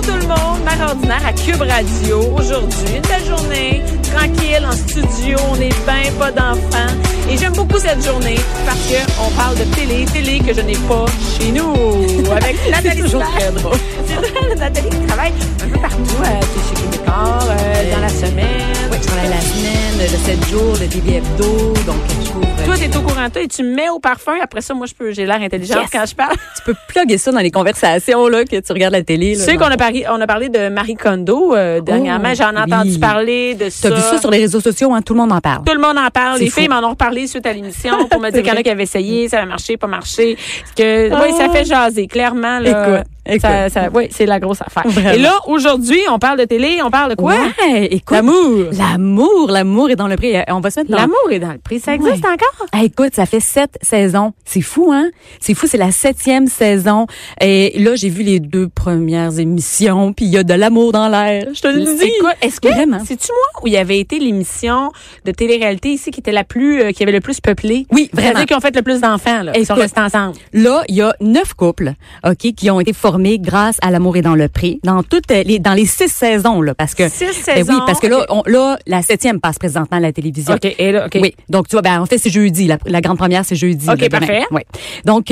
tout le monde, Mère Ordinaire à Cube Radio. Aujourd'hui, une belle journée, tranquille, en studio, on est bien, pas d'enfants. Et j'aime beaucoup cette journée parce qu'on parle de télé que je n'ai pas chez nous. Avec Nathalie. Toujours très drôle. C'est Nathalie qui travaille un peu partout, chez Québécois, dans la semaine. Oui, je travaille la semaine, le 7 jours, le TV Hebdo, donc je trouve... Toi, t'es au courant, toi, et tu mets au parfum. Après ça, moi, j'ai l'air intelligente quand je parle. Tu peux plugger ça dans les conversations, là, que tu regardes la télé. Tu sais qu'on a parlé de Marie Kondo dernièrement. J'en ai entendu parler de ça. T'as vu ça sur les réseaux sociaux, hein? Tout le monde en parle. Tout le monde en parle. C'est Les fou. filles m'en ont reparlé suite à l'émission pour me dire qu'il y en a qui avaient essayé, ça a marché, pas marché. Oui, ça fait jaser, clairement. Là, Écoute. Oui, c'est la grosse affaire. Vraiment. Et là, aujourd'hui, on parle de télé, on parle de quoi? Ouais, écoute. L'amour est dans le prix. On va se mettre dans... L'amour est dans le prix. Ça existe encore? Écoute, ça fait 7 saisons. C'est fou, hein? C'est fou, c'est la 7e saison. Et là, j'ai vu les 2 premières émissions, puis il y a de l'amour dans l'air. Je te le dis. Écoute, est-ce que Vraiment? c'est-tu moi où il y avait été l'émission de télé-réalité ici qui était qui avait le plus peuplé? Oui, vraiment. C'est-à-dire qui ont fait le plus d'enfants, là, qui sont restés ensemble. Là, il y a 9 couples, OK, qui ont été formés grâce à l'amour est dans le prix dans dans les 6 saisons, là, parce que 6 saisons. oui, parce que là, la 7e passe présentement à la télévision. OK, et là, OK. Oui, donc tu vois, en fait, c'est jeudi. La grande première, c'est jeudi. OK, là, demain. parfait. Oui. Donc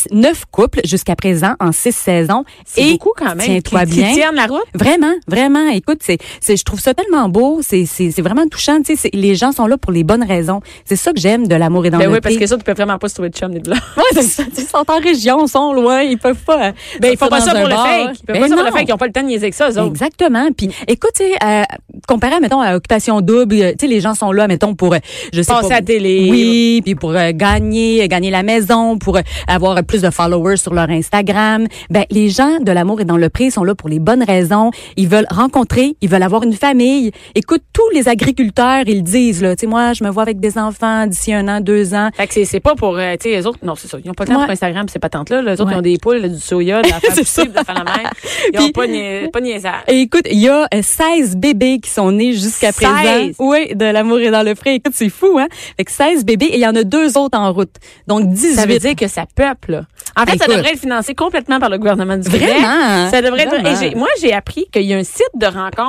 9 couples jusqu'à présent en 6 saisons. C'est beaucoup quand même. Tiens-toi qui bien. tiennent la route. Vraiment. Écoute, je trouve ça tellement beau. C'est vraiment touchant. Tu sais, les gens sont là pour les bonnes raisons. C'est ça que j'aime de l'amour est dans le prix. Oui, parce que ça, tu peux vraiment pas se trouver de chum des blancs. Ouais, c'est ça. Ils sont en région, ils sont loin, ils peuvent pas. Ils font pas ça pour le bar. fake. Ils peuvent pas ça pour le fake. Ils ont pas le temps de niaiser que ça, eux autres. Exactement. Puis, écoute, tu sais, comparé, mettons, à Occupation Double, tu sais, les gens sont là, mettons, pour, je sais pas. Passer à la télé. Oui, puis pour gagner la maison, pour avoir plus de followers sur leur Instagram. Ben, les gens de l'amour et dans le prix sont là pour les bonnes raisons. Ils veulent rencontrer, ils veulent avoir une famille. Écoute, tous les agriculteurs, ils disent, là, tu sais, moi, je me vois avec des enfants d'ici 1 an, 2 ans. Fait que c'est pas pour, tu sais, les autres, non, c'est ça. Ils ont pas le temps pour Instagram, ces patentes-là. Les autres, ils ont des poules, du soya, de la femme possible, de la femme la mère. Ils ont pas niaisage. Et écoute, il y a 16 bébés qui sont nés jusqu'à présent. Oui, de l'amour est dans le prix. Écoute, c'est fou, hein? Fait que 16 bébés et il y en a 2 autres en route. Donc 18. Ça veut dire que ça peuple, là. En fait, ça devrait être financé complètement par le gouvernement du Québec. Vraiment? Ça devrait être. Et moi, j'ai appris qu'il y a un site de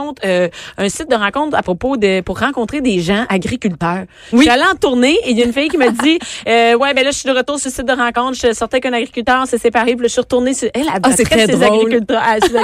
rencontre, à propos pour rencontrer des gens agriculteurs. Oui. Je suis allée en tournée et il y a une fille qui m'a dit, ouais, ben là, je suis de retour sur le site de rencontre. Je sortais avec un agriculteur, on s'est séparés, puis là, je suis retournée sur elle. C'est très drôle. Agriculteurs.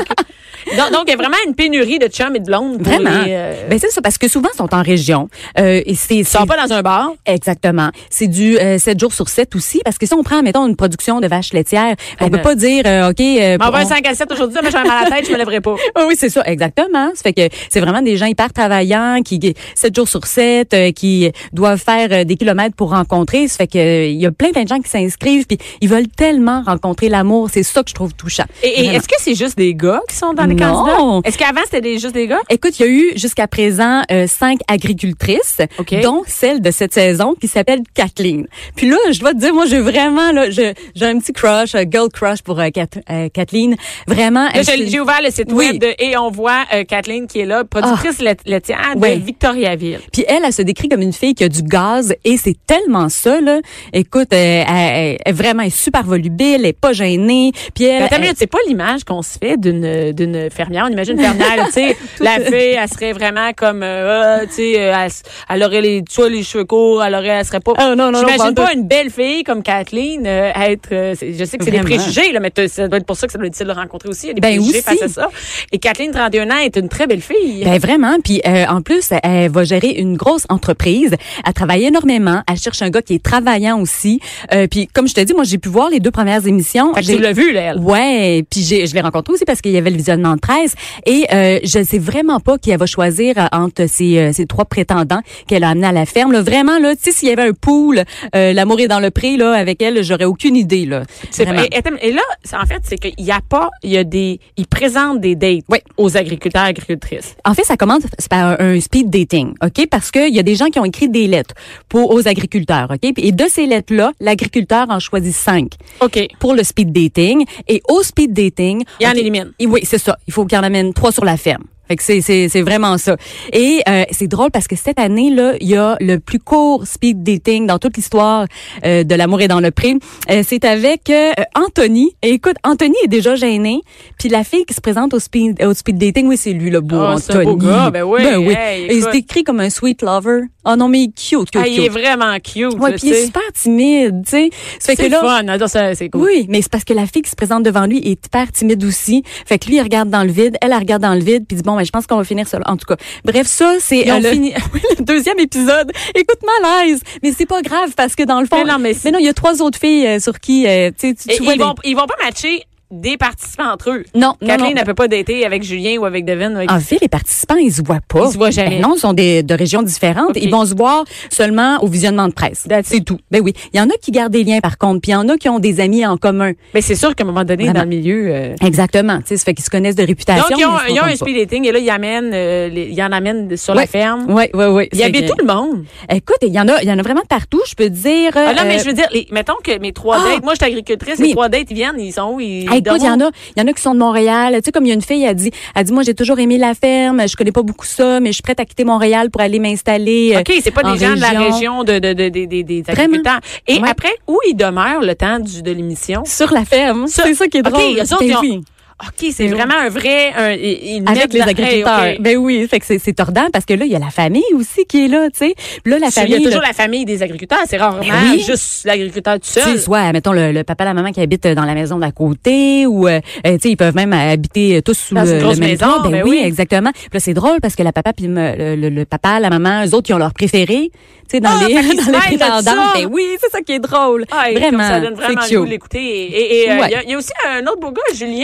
Donc, il y a vraiment une pénurie de chums et de blondes. Vraiment. Ben c'est ça, parce que souvent, ils sont en région. Et ils sont pas dans un bar. Exactement. C'est du 7 jours sur 7 aussi, parce que si on prend, mettons, une production de vaches laitières, on peut pas dire, OK... on va un 5 à 7 aujourd'hui, mais j'ai mal à la tête, je me lèverai pas. Oui, c'est ça, exactement. Ça fait que c'est vraiment des gens hyper travaillants, qui 7 jours sur 7, qui doivent faire des kilomètres pour rencontrer. Ça fait que il y a plein de gens qui s'inscrivent, puis ils veulent tellement rencontrer l'amour. C'est ça que je trouve touchant. Et est-ce que c'est juste des gars qui sont dans les candidats? Est-ce qu'avant, c'était juste des gars? Écoute, il y a eu jusqu'à présent 5 agricultrices, dont celle de cette saison qui s'appelle Kathleen. Puis là, je dois te dire, moi, j'ai vraiment, là, j'ai un petit crush, girl crush pour Kathleen. Vraiment. Là, j'ai ouvert le site web et on voit Kathleen qui est là, productrice laitière de Victoriaville. Puis elle se décrit comme une fille qui a du gaz et c'est tellement ça, là. Écoute, elle vraiment est super volubile, elle est pas gênée. Puis c'est pas l'image qu'on se fait d'une fermière. On imagine une fermière, tu sais, la fille, elle serait vraiment comme, tu sais, elle aurait les cheveux courts, elle serait pas. J'imagine pas une belle fille comme Kathleen être. Je sais que c'est des préjugés, là, mais ça doit être pour ça que ça doit être difficile de rencontrer aussi. Il y a des préjugés face à ça. Et Kathleen, 31 ans, est une très belle fille. Ben vraiment. Puis en plus, elle va gérer une grosse entreprise. Elle travaille énormément. Elle cherche un gars qui est travaillant aussi. Puis comme je te dis, moi j'ai pu voir les 2 premières émissions. Fait que tu l'as vu, là, elle. Ouais. Puis je l'ai rencontrée aussi parce qu'il y avait le visionnement de 13. Et je sais vraiment pas qui elle va choisir entre ces 3 prétendants qu'elle a amenés à la ferme. Là, vraiment là, tu sais, s'il y avait un pool, l'amour est dans le prix là avec elle, j'aurais aucune idée là. Et là, en fait, c'est qu'il y a pas, ils présentent des dates aux agriculteurs, agricultrices. En fait, ça commence par un speed dating, ok, parce que il y a des gens qui ont écrit des lettres aux agriculteurs, ok, et de ces lettres-là, l'agriculteur en choisit 5, ok, pour le speed dating. Et au speed dating, il en élimine. Oui, c'est ça. Il faut qu'il en amène 3 sur la ferme. Fait que c'est vraiment ça. Et c'est drôle parce que cette année là, il y a le plus court speed dating dans toute l'histoire de l'amour est dans le pré. C'est avec Anthony. Et écoute, Anthony est déjà gêné, puis la fille qui se présente au speed dating, oui, c'est lui le beau Anthony. C'est un beau gars, ben oui. Hey, il est écrit comme un sweet lover. Oh non, mais il est cute. Il est vraiment cute. Ouais, puis il est super timide, tu sais. C'est fun, c'est cool. Oui, mais c'est parce que la fille qui se présente devant lui est hyper timide aussi. Fait que lui, il regarde dans le vide, elle regarde dans le vide, puis dit bon, ben je pense qu'on va finir ça. En tout cas, bref, ça c'est le deuxième épisode. Écoute, malaise, mais c'est pas grave parce que dans le fond, mais non, il y a 3 autres filles sur qui tu vois ils vont pas matcher des participants entre eux. Non, Kathleen ne peut pas dater avec Julien ou avec Devin. En fait, les participants, ils se voient pas. Ils se voient jamais. Ben non, ils sont de régions différentes. Okay. Ils vont se voir seulement au visionnement de presse. C'est tout. Ben oui. Il y en a qui gardent des liens par contre, puis il y en a qui ont des amis en commun. Mais c'est sûr qu'à un moment donné, vraiment, dans le milieu... Exactement. Tu sais, ça fait qu'ils se connaissent de réputation. Donc, ils ont un speed dating et là, ils en amènent sur la ferme. Oui. Il y avait tout le monde. Écoute, il y en a vraiment de partout, je peux te dire. Mais je veux dire, mettons que mes 3 dates, moi, je suis agricultrice, les 3 dates, ils viennent, ils sont où? Écoute, il y en a qui sont de Montréal. Tu sais, comme il y a une fille, elle dit, moi, j'ai toujours aimé la ferme, je connais pas beaucoup ça, mais je suis prête à quitter Montréal pour aller m'installer. OK, c'est pas des gens de la région des agriculteurs. Et après, où ils demeurent le temps de l'émission? Sur la ferme. C'est ça qui est drôle. OK, c'est vraiment un vrai... avec les agriculteurs. Okay. Ben oui, fait que c'est tordant parce que là, il y a la famille aussi qui est là, tu sais. Là, la famille... Il y a toujours la famille des agriculteurs. C'est rarement juste l'agriculteur tout seul. Tu sais, soit, mettons, le papa, la maman qui habitent dans la maison d'à côté ou, tu sais, ils peuvent même habiter tous sous le même toit. Ben oui, exactement. Puis là, c'est drôle parce que la papa puis le papa, la maman, eux autres, ils ont leur préféré, tu sais, dans les prétendants. Ben oui, c'est ça qui est drôle. Vraiment. Ça donne vraiment le goût de l'écouter. Et il y a aussi un autre beau gars, Julien,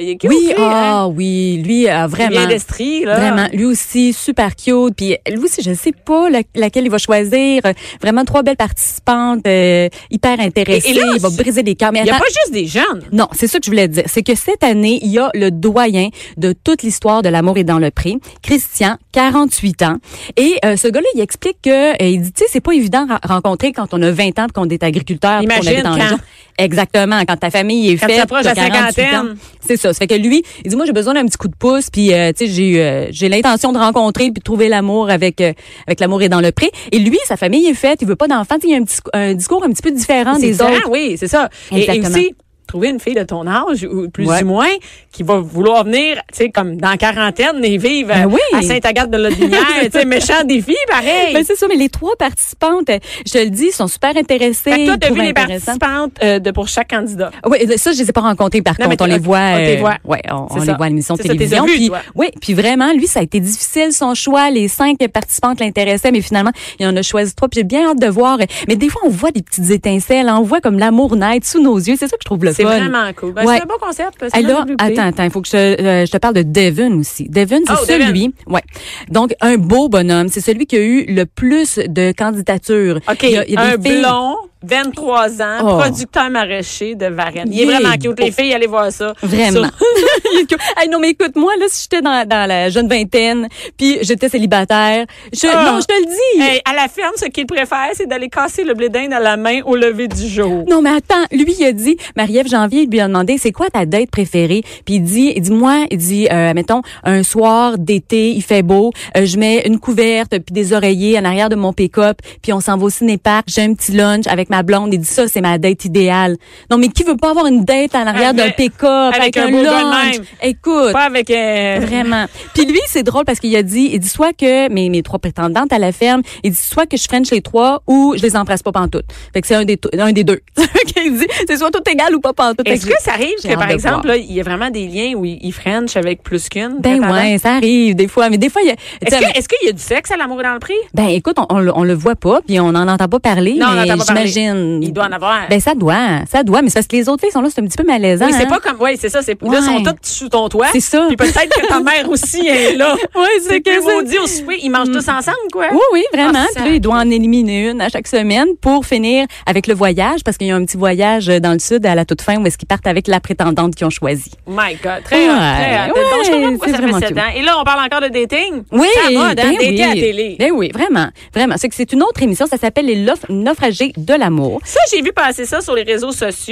oui, lui vraiment. Bien d'Estrie, là. Vraiment, lui aussi super cute. Puis lui aussi, je sais pas laquelle il va choisir. Vraiment 3 belles participantes, hyper intéressées. Et là, il va briser des cœurs. Il y a pas juste des jeunes. Non, c'est ça que je voulais dire. C'est que cette année, il y a le doyen de toute l'histoire de l'amour est dans le pré, Christian, 48 ans. Et ce gars-là, il explique que il dit, tu sais, c'est pas évident rencontrer quand on a 20 ans, qu'on est agriculteur, qu'on habite dans la région. Exactement, quand ta famille est faite, quand tu approches la cinquantaine. C'est ça. Ça fait que lui, il dit moi j'ai besoin d'un petit coup de pouce, puis tu sais j'ai l'intention de rencontrer puis de trouver l'amour avec l'amour est dans le pré. Et lui, sa famille est faite, il veut pas d'enfants, il y a un discours un petit peu différent des autres. Oui, c'est ça. Et aussi trouver une fille de ton âge ou plus ou moins qui va vouloir venir, tu sais, comme dans quarantaine et vivre à Sainte-Agathe-de-la-Lumière, tu sais, méchant défi, pareil. Ben c'est ça, mais les 3 participantes, je te le dis, sont super intéressées. Fait que toi, t'as vu les participantes pour chaque candidat. Oui, ça, je les ai pas rencontrées par contre. On les voit. On les voit à l'émission de télévision. Puis vraiment, lui, ça a été difficile son choix. Les 5 participantes l'intéressaient, mais finalement, il en a choisi 3. Puis j'ai bien hâte de voir. Mais des fois, on voit des petites étincelles, on voit comme l'amour naître sous nos yeux. C'est ça que je trouve le C'est vraiment cool. C'est un beau concept. Alors, attends, il faut que je te parle de Devin aussi. Devin, c'est celui, donc un beau bonhomme, c'est celui qui a eu le plus de candidatures. OK, il y a un blond, 23 ans, producteur maraîcher de Varennes. Il est vraiment cute. Les filles, allez voir ça. Vraiment. Hey, non, mais écoute, moi, là, si j'étais dans la jeune vingtaine, puis j'étais célibataire, non, je te le dis. Hey, à la ferme, ce qu'il préfère, c'est d'aller casser le blé d'Inde à la main au lever du jour. Non, mais attends, lui, il a dit, Marie-Ève Janvier, il lui a demandé, c'est quoi ta date préférée? Puis il dit, mettons, un soir d'été, il fait beau, je mets une couverte puis des oreillers en arrière de mon pick-up, puis on s'en va au ciné-parc, j'ai un petit lunch avec ma blonde. Il dit ça, c'est ma date idéale. Non, mais qui veut pas avoir une date en arrière d'un pick-up avec un lunch? Écoute. Pas avec vraiment. Puis lui, c'est drôle parce qu'il dit soit que mes 3 prétendantes à la ferme, il dit soit que je french les 3 ou je les embrasse pas pantoute. Fait que c'est un des 2. Il dit c'est soit tout égal ou pas pantoute. Est-ce que ça arrive que par exemple là, il y a vraiment des liens où il french avec plus qu'une? Ben ouais, ça arrive des fois, mais des fois il y a Est-ce qu'il y a du sexe à l'amour est dans le pré? Ben écoute, on le voit pas puis on n'en entend pas parler, non, mais j'imagine. Il doit en avoir. Ben ça doit, mais c'est parce que les autres filles sont là, c'est un petit peu malaisant. Oui, c'est pas comme c'est ça, là sont toutes sous ton toit. C'est ça. Puis peut-être que ta mère aussi est là. Oui, c'est que ça. Maudit au souper, ils mangent tous ensemble quoi. Oui, vraiment. Puis là, il doit en éliminer une à chaque semaine pour finir avec le voyage parce qu'il y a un petit voyage dans le sud à la toute fin où est-ce qu'ils partent avec la prétendante qu'ils ont choisie. My God, très hot. Donc je comprends pourquoi ça fait 7 ans. Et là, on parle encore de dating. Oui, ça va, dating à la télé. Ben oui, vraiment. C'est que c'est une autre émission, ça s'appelle Les Naufragés de l'amour. Ça, j'ai vu passer ça sur les réseaux sociaux.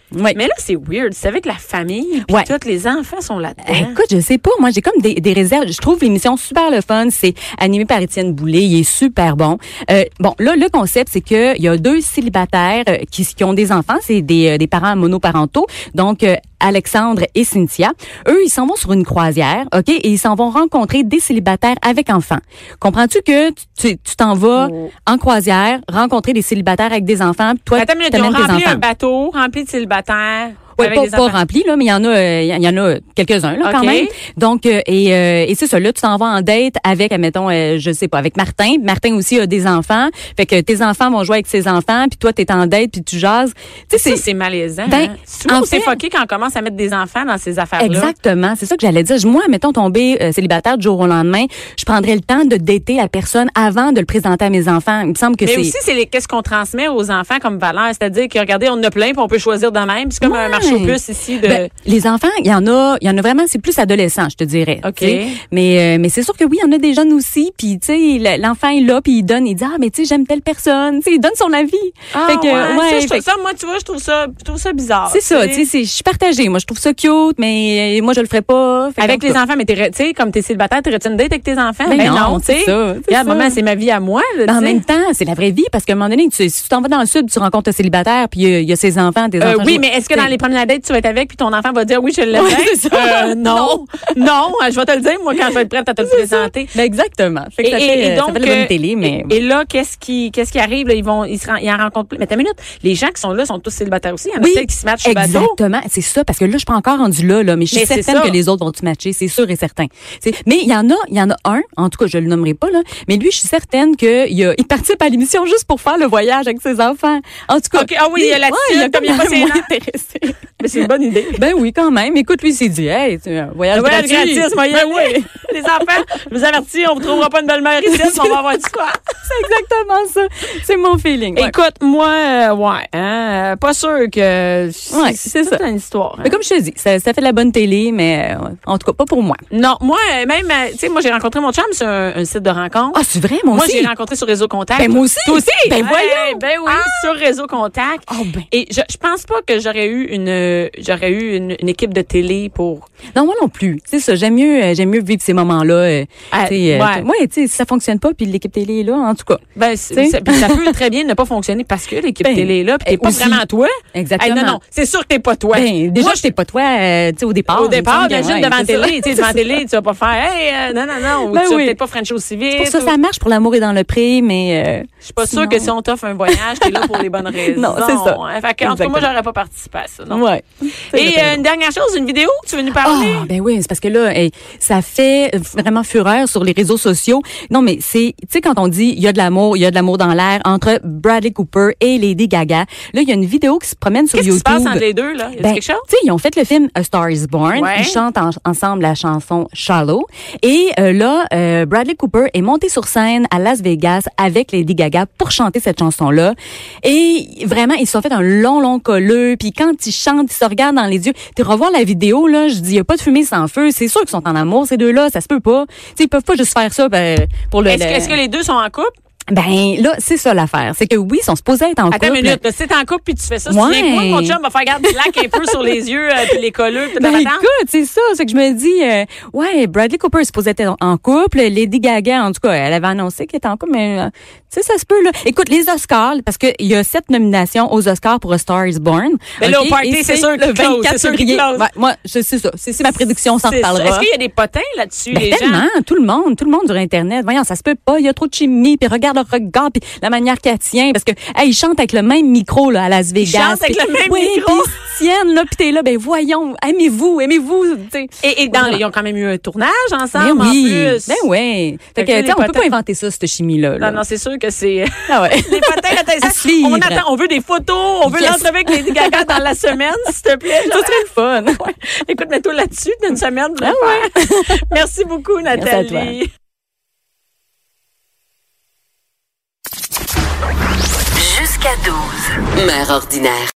Oui. Mais là, c'est weird. C'est avec la famille, puis tous les enfants sont là-dedans. Écoute, je sais pas. Moi, j'ai comme des réserves. Je trouve l'émission super le fun. C'est animé par Étienne Boulay. Il est super bon. Bon, là, le concept, c'est que il y a 2 célibataires qui ont des enfants. C'est des parents monoparentaux. Donc, Alexandre et Cynthia. Eux, ils s'en vont sur une croisière, OK? Et ils s'en vont rencontrer des célibataires avec enfants. Comprends-tu que tu t'en vas en croisière, rencontrer des célibataires avec des enfants, puis toi, attends une minute, ils ont rempli un bateau rempli de célibataires. Oui, pas rempli, là, mais il y en a quelques-uns, là, quand même. Donc, et c'est ça, là, tu t'en vas en date avec, admettons, je sais pas, avec Martin. Martin aussi a des enfants. Fait que tes enfants vont jouer avec ses enfants, puis toi, t'es en date, puis tu jases. Tu sais, c'est malaisant. C'est fucké quand on commence à mettre des enfants dans ces affaires-là. Exactement. C'est ça que j'allais dire. Moi, mettons, tomber célibataire du jour au lendemain, je prendrais le temps de dater la personne avant de le présenter à mes enfants. Il me semble que mais aussi, qu'est-ce qu'on transmet aux enfants comme valeur. C'est-à-dire que, regardez, on en a plein, puis on peut choisir de même. C'est comme un marché plus ici de... les enfants, il y en a vraiment, c'est plus adolescent, je te dirais. OK. Mais c'est sûr que oui, il y en a des jeunes aussi, puis tu sais, l'enfant est là, puis il donne, il dit mais tu sais, j'aime telle personne, tu sais, il donne son avis. Fait que moi tu vois, je trouve ça bizarre. C'est ça, tu sais, je suis partagée. Moi, je trouve ça cute, mais moi je le ferais pas. Avec les enfants, mais tu sais, comme t'es célibataire, t'aurais-tu une date avec tes enfants? Ben non, tu sais. Regarde, maman, c'est ma vie à moi, là, en même temps, c'est la vraie vie, parce qu'à un moment donné, si tu t'en vas dans le sud, tu rencontres un célibataire, puis il y a ses enfants, tes enfants. Oui, mais est-ce que dans les premières dates, tu vas être avec, puis ton enfant va dire oui, je l'aime. Non, je vais te le dire, moi, quand je vais être prête à te le présenter. Ben exactement. Fait que ça fait la bonne télé, mais... Et là, qu'est-ce qui arrive? Là, ils en rencontrent plus. Mais t'as une minute, les gens qui sont là sont tous célibataires aussi. Il y en a celles qui se matchent sur le bateau. Exactement, c'est ça, parce que là, je suis pas encore rendue là, mais je suis certaine que les autres vont se matcher, c'est sûr et certain. Mais il y en a un, en tout cas, je le nommerai pas, là, mais lui, je suis certaine qu'il participe à l'émission juste pour faire le voyage avec ses enfants. En tout cas. Ah oui, il y a là-dessus, comme il est pas intéressé. Mais c'est une bonne idée. Ben oui, quand même. Écoute, lui, il s'est dit, hey, un voyage gratuit. Oui. Les enfants, je vous avertis, on vous trouvera pas une belle-mère ici, on va avoir du quoi. C'est exactement ça. C'est mon feeling. Ouais. Écoute, moi, pas sûr que c'est ça. Une histoire. Mais comme je te dis, ça fait de la bonne télé, mais en tout cas, pas pour moi. Non, moi, même, tu sais, moi, j'ai rencontré mon chum sur un site de rencontre. Ah, c'est vrai, moi aussi? Moi, j'ai rencontré sur Réseau Contact. Ben, moi aussi. Toi aussi? Ben, voyons. Ben oui, sur Réseau Contact. Oh, ben. Et je pense pas que j'aurais eu une équipe de télé pour... Non, moi non plus. C'est ça. J'aime mieux vivre ces moments-là. Tu sais, si ça fonctionne pas, puis l'équipe télé est là, en tout cas. Ben, ça peut très bien ne pas fonctionner parce que l'équipe télé est là, puis t'es pas vraiment toi. Exactement. Non, c'est sûr que t'es pas toi. Ben, déjà, je t'es pas toi, tu sais, au départ. Au départ, imagine devant télé, tu sais, devant télé, tu vas pas faire, non, ben tu vas peut-être pas French aussi vite. C'est pour ça marche pour l'amour est dans le prix, mais je suis pas sûre que si on t'offre un voyage, t'es là pour les bonnes raisons. Non, c'est ça. Fait que, en tout cas, moi, j'aurais pas participé à ça, non? Ouais. Et une dernière chose, une vidéo, tu veux nous parler? Ben oui, c'est parce que là, ça fait vraiment fureur sur les réseaux sociaux. Non, mais c'est, tu sais, quand on dit il y a de l'amour dans l'air entre Bradley Cooper et Lady Gaga. Là, il y a une vidéo qui se promène sur YouTube. Qu'est-ce qui se passe entre les deux, là? Y a quelque chose? Tu sais, ils ont fait le film A Star is Born. Ouais. Ils chantent ensemble la chanson Shallow. Et là, Bradley Cooper est monté sur scène à Las Vegas avec Lady Gaga pour chanter cette chanson-là. Et vraiment, ils se sont fait un long colleux. Puis quand ils chantent, ils se regardent dans les yeux. Tu revois la vidéo, là, je dis, il n'y a pas de fumée sans feu. C'est sûr qu'ils sont en amour, ces deux-là. Ça se peut pas. Tu sais, ils peuvent pas juste faire ça pour le... Est-ce que les deux sont en couple? Ben là, c'est ça l'affaire. C'est que oui, ils sont supposés être en couple. Attends une minute, là, si t'es en couple puis tu fais ça, moi, mon chum va faire garder du lac un peu sur les yeux puis les colleux. Ben écoute, c'est ça. C'est que je me dis, Bradley Cooper est supposé être en couple. Lady Gaga, en tout cas, elle avait annoncé qu'elle était en couple, mais tu sais, ça se peut, là. Écoute, les Oscars, parce que il y a 7 nominations aux Oscars pour A Star is Born. Ben là, au party, c'est sûr le 24 février. Ouais, moi, c'est ça. C'est ma prédiction, on s'en reparlera. Est-ce qu'il y a des potins là-dessus, ben, les tellement, gens? tout le monde sur Internet. Voyons, ça se peut pas. Il y a trop de chimie, puis regarde le regard, puis la manière qu'elle tient, parce que ils chantent avec le même micro là à Las Vegas. Ils chantent avec le même micro. Puis ils tiennent là, puis t'es là, ben voyons, aimez-vous, t'sais. Et ils ont quand même eu un tournage ensemble ben oui, en plus. Ben oui. Fait que on peut pas inventer ça, cette chimie là. Non, c'est sûr que c'est ouais. Les potins, on veut des photos, on veut l'entrevue avec Lady Gaga dans la semaine, s'il te plaît. Ça serait le fun. Ouais. Écoute, mets-toi là-dessus d'une semaine. Ouais. Merci beaucoup, Nathalie. Jusqu'à 12. Mère ordinaire.